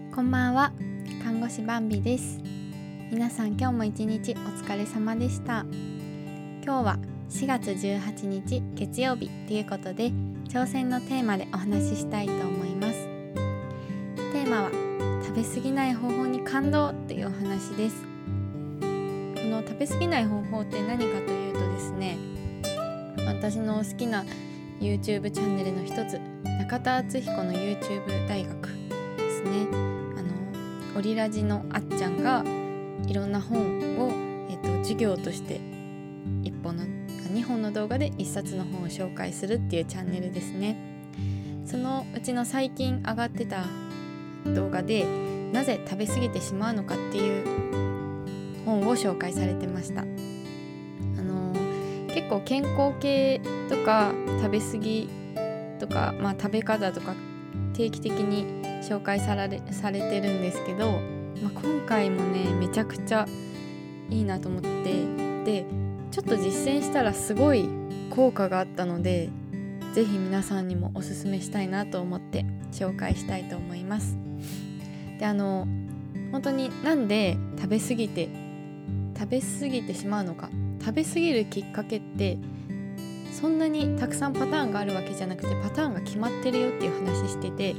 こんばんは、看護師バンビです。皆さん今日も一日お疲れ様でした。今日は4月18日月曜日ということで、挑戦のテーマでお話ししたいと思います。テーマは食べ過ぎない方法に感動というお話です。この食べ過ぎない方法って何かというとですね、私の好きな YouTube チャンネルの一つ、中田敦彦の YouTube 大学ですね。オリラジのあっちゃんがいろんな本を、授業として2本の動画で1冊の本を紹介するっていうチャンネルですね。そのうちの最近上がってた動画で、なぜ食べ過ぎてしまうのかっていう本を紹介されてました。結構健康系とか食べ過ぎとか、食べ方とか定期的に紹介されてるんですけど、今回もねめちゃくちゃいいなと思って、でちょっと実践したらすごい効果があったので、ぜひ皆さんにもおすすめしたいなと思って紹介したいと思います。で本当になんで食べ過ぎてしまうのか、食べ過ぎるきっかけってそんなにたくさんパターンがあるわけじゃなくて、パターンが決まってるよっていう話してて、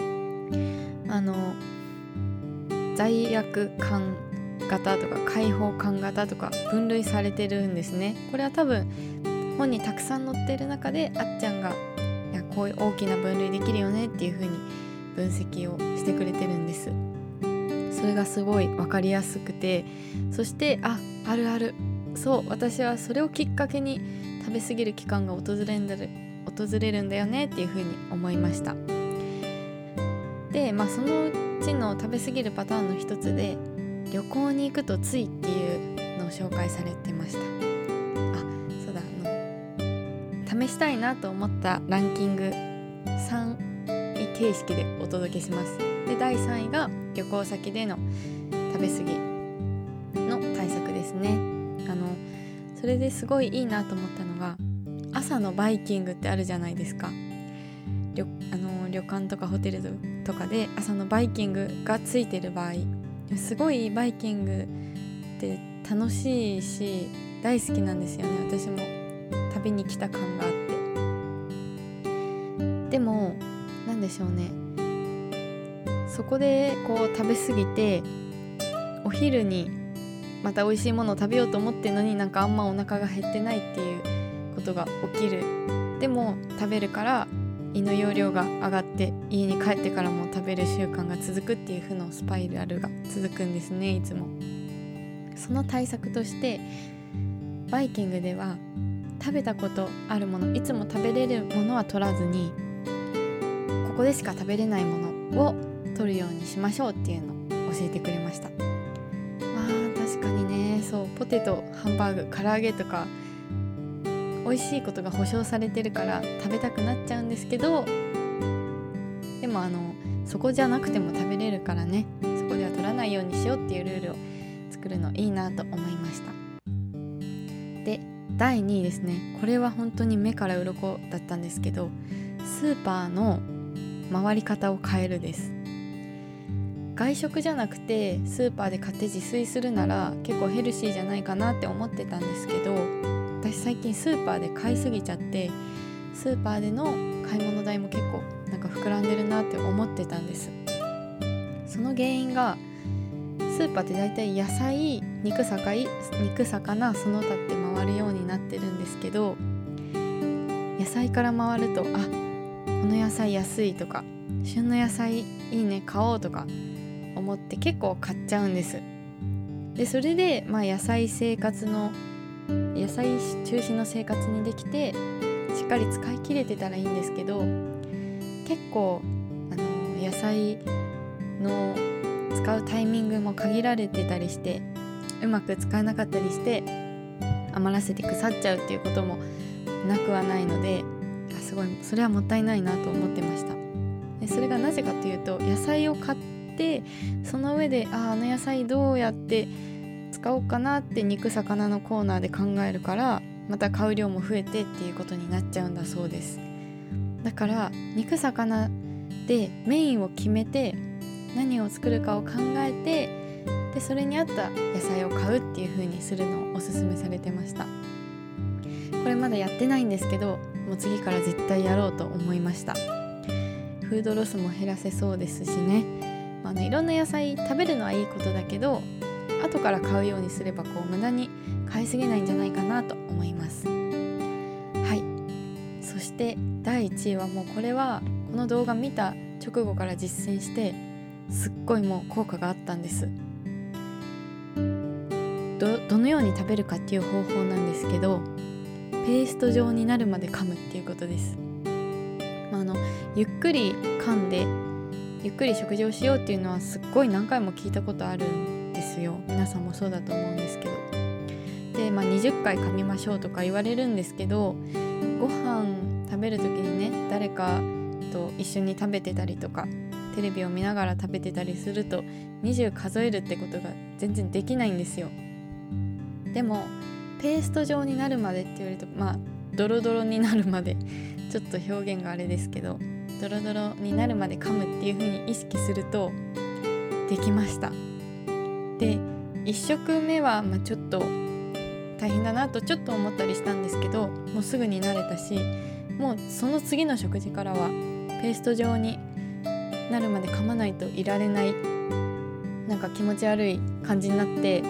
罪悪感型とか解放感型とか分類されてるんですね。これは多分本にたくさん載ってる中で、あっちゃんがこういう大きな分類できるよねっていう風に分析をしてくれてるんです。それがすごい分かりやすくて、そしてあるある、そう私はそれをきっかけに食べ過ぎる期間が訪れるんだよねっていう風に思いました。で、そのうちの食べ過ぎるパターンの一つで、旅行に行くとついっていうのを紹介されてました。そうだ、試したいなと思ったランキング3位形式でお届けします。で、第3位が旅行先での食べ過ぎの対策ですね。それですごいいいなと思ったのが、朝のバイキングってあるじゃないですか。旅館とかホテルとかで朝のバイキングがついてる場合、すごいバイキングって楽しいし大好きなんですよね。私も食べに来た感があって。でもなんでしょうね、そこでこう食べ過ぎて、お昼にまた美味しいものを食べようと思ってるのに、あんまお腹が減ってないっていうことが起きる。でも食べるから胃の容量が上がって、家に帰ってからも食べる習慣が続くっていう負のスパイラルが続くんですね、いつも。その対策として、バイキングでは食べたことあるもの、いつも食べれるものは取らずに、ここでしか食べれないものを取るようにしましょうっていうのを教えてくれました。確かにね、そうポテト、ハンバーグ、唐揚げとか美味しいことが保証されてるから食べたくなっちゃうんですけど、でもそこじゃなくても食べれるからね、そこでは取らないようにしようっていうルールを作るのいいなと思いました。で、第2位ですね。これは本当に目から鱗だったんですけど、スーパーの回り方を変えるです。外食じゃなくてスーパーで買って自炊するなら結構ヘルシーじゃないかなって思ってたんですけど、私最近スーパーで買いすぎちゃって、スーパーでの買い物代も結構膨らんでるなって思ってたんです。その原因が、スーパーってだいたい野菜、肉魚その他って回るようになってるんですけど、野菜から回ると、この野菜安いとか、旬の野菜いいね買おうとか思って結構買っちゃうんです。でそれで野菜中心の生活にできて、しっかり使い切れてたらいいんですけど、結構野菜の使うタイミングも限られてたりして、うまく使えなかったりして余らせて腐っちゃうっていうこともなくはないので、すごいそれはもったいないなと思ってました。でそれがなぜかというと、野菜を買って、その上であの野菜どうやって使おうかなって肉魚のコーナーで考えるから、また買う量も増えてっていうことになっちゃうんだそうです。だから肉魚でメインを決めて何を作るかを考えて、でそれに合った野菜を買うっていう風にするのをおすすめされてました。これまだやってないんですけど、もう次から絶対やろうと思いました。フードロスも減らせそうですしね。いろんな野菜食べるのはいいことだけど、後から買うようにすれば無駄に買いすぎないんじゃないかなと思います。はい。そして第1位はもうこれはこの動画見た直後から実践してすっごいもう効果があったんです。どのように食べるかっていう方法なんですけど、ペースト状になるまで噛むっていうことです。ゆっくり噛んでゆっくり食事をしようっていうのはすっごい何回も聞いたことあるんですよ。皆さんもそうだと思うんですけど。で、20回噛みましょうとか言われるんですけど、ご飯食べる時にね、誰かと一緒に食べてたりとかテレビを見ながら食べてたりすると20数えるってことが全然できないんですよ。でもペースト状になるまでって言われると、ドロドロになるまでちょっと表現があれですけど、ドロドロになるまで噛むっていう風に意識するとできました。で、1食目はちょっと大変だなとちょっと思ったりしたんですけど、もうすぐに慣れたし、もうその次の食事からはペースト状になるまで噛まないといられない、気持ち悪い感じになって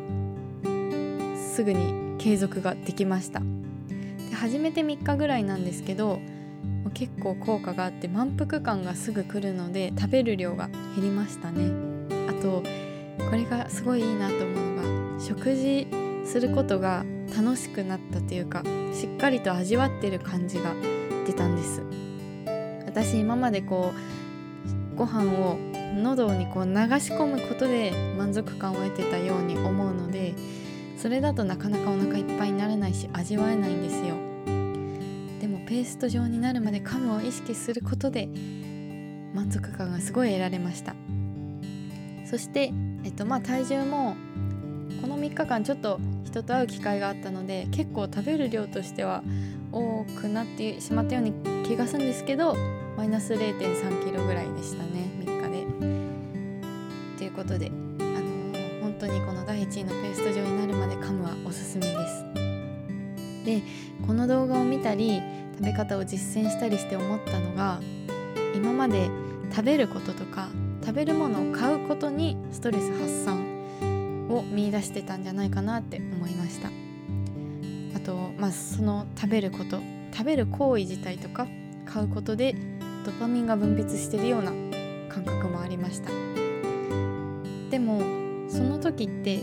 すぐに継続ができました。で、始めて3日ぐらいなんですけど、結構効果があって満腹感がすぐ来るので食べる量が減りましたね。あとこれがすごいいいなと思うのが、食事することが楽しくなったというか、しっかりと味わってる感じが出たんです。私今までご飯を喉に流し込むことで満足感を得てたように思うので、それだとなかなかお腹いっぱいになれないし味わえないんですよ。でもペースト状になるまで噛むを意識することで満足感がすごい得られました。そして、体重もこの3日間ちょっと人と会う機会があったので、結構食べる量としては多くなってしまったように気がするんですけど、マイナス 0.3 キロぐらいでしたね、3日で。ということで、本当にこの第1位のペースト状になるまで噛むはおすすめです。で、この動画を見たり食べ方を実践したりして思ったのが、今まで食べることとか食べるものを買うことにストレス発散を見出してたんじゃないかなって思いました。あと、その食べること、食べる行為自体とか買うことでドパミンが分泌してるような感覚もありました。でもその時って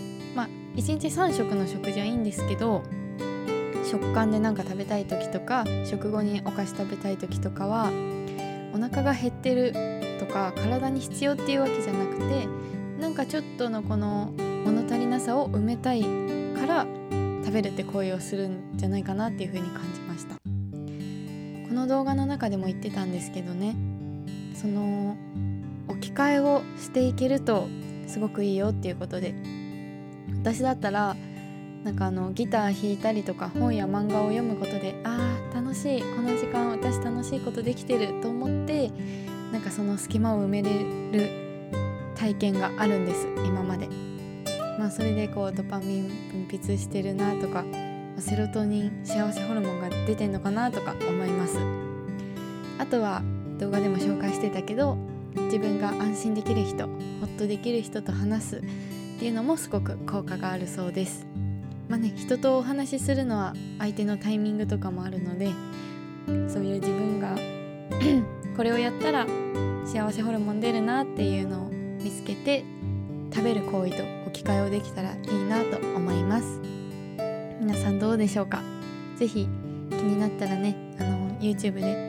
1日3食の食事はいいんですけど、食感で食べたい時とか食後にお菓子食べたい時とかはお腹が減ってるとか体に必要っていうわけじゃなくて、ちょっとのこの物足りなさを埋めたいから食べるって行為をするんじゃないかなっていう風に感じました。この動画の中でも言ってたんですけどね、その置き換えをしていけるとすごくいいよっていうことで、私だったらギター弾いたりとか本や漫画を読むことで、楽しい、この時間私楽しいことできてると思って、その隙間を埋めれる体験があるんです、今まで。それでドパミン分泌してるなとか、セロトニン、幸せホルモンが出てんのかなとか思います。あとは動画でも紹介してたけど、自分が安心できる人、ホッとできる人と話すっていうのもすごく効果があるそうです。人とお話しするのは相手のタイミングとかもあるので、そういう自分がこれをやったら幸せホルモン出るなっていうのを見つけて、食べる行為と置き換えをできたらいいなと思います。皆さんどうでしょうか。ぜひ気になったらね、YouTube で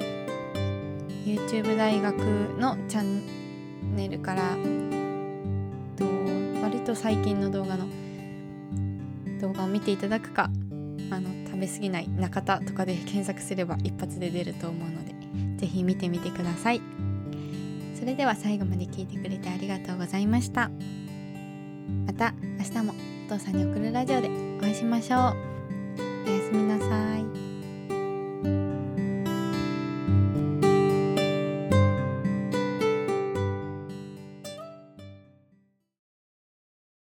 YouTube 大学のチャンネルから割と最近の動画を見ていただくか、食べ過ぎない中田とかで検索すれば一発で出ると思うので、ぜひ見てみてください。それでは最後まで聞いてくれてありがとうございました。また明日もお父さんに送るラジオでお会いしましょう。おやすみなさい。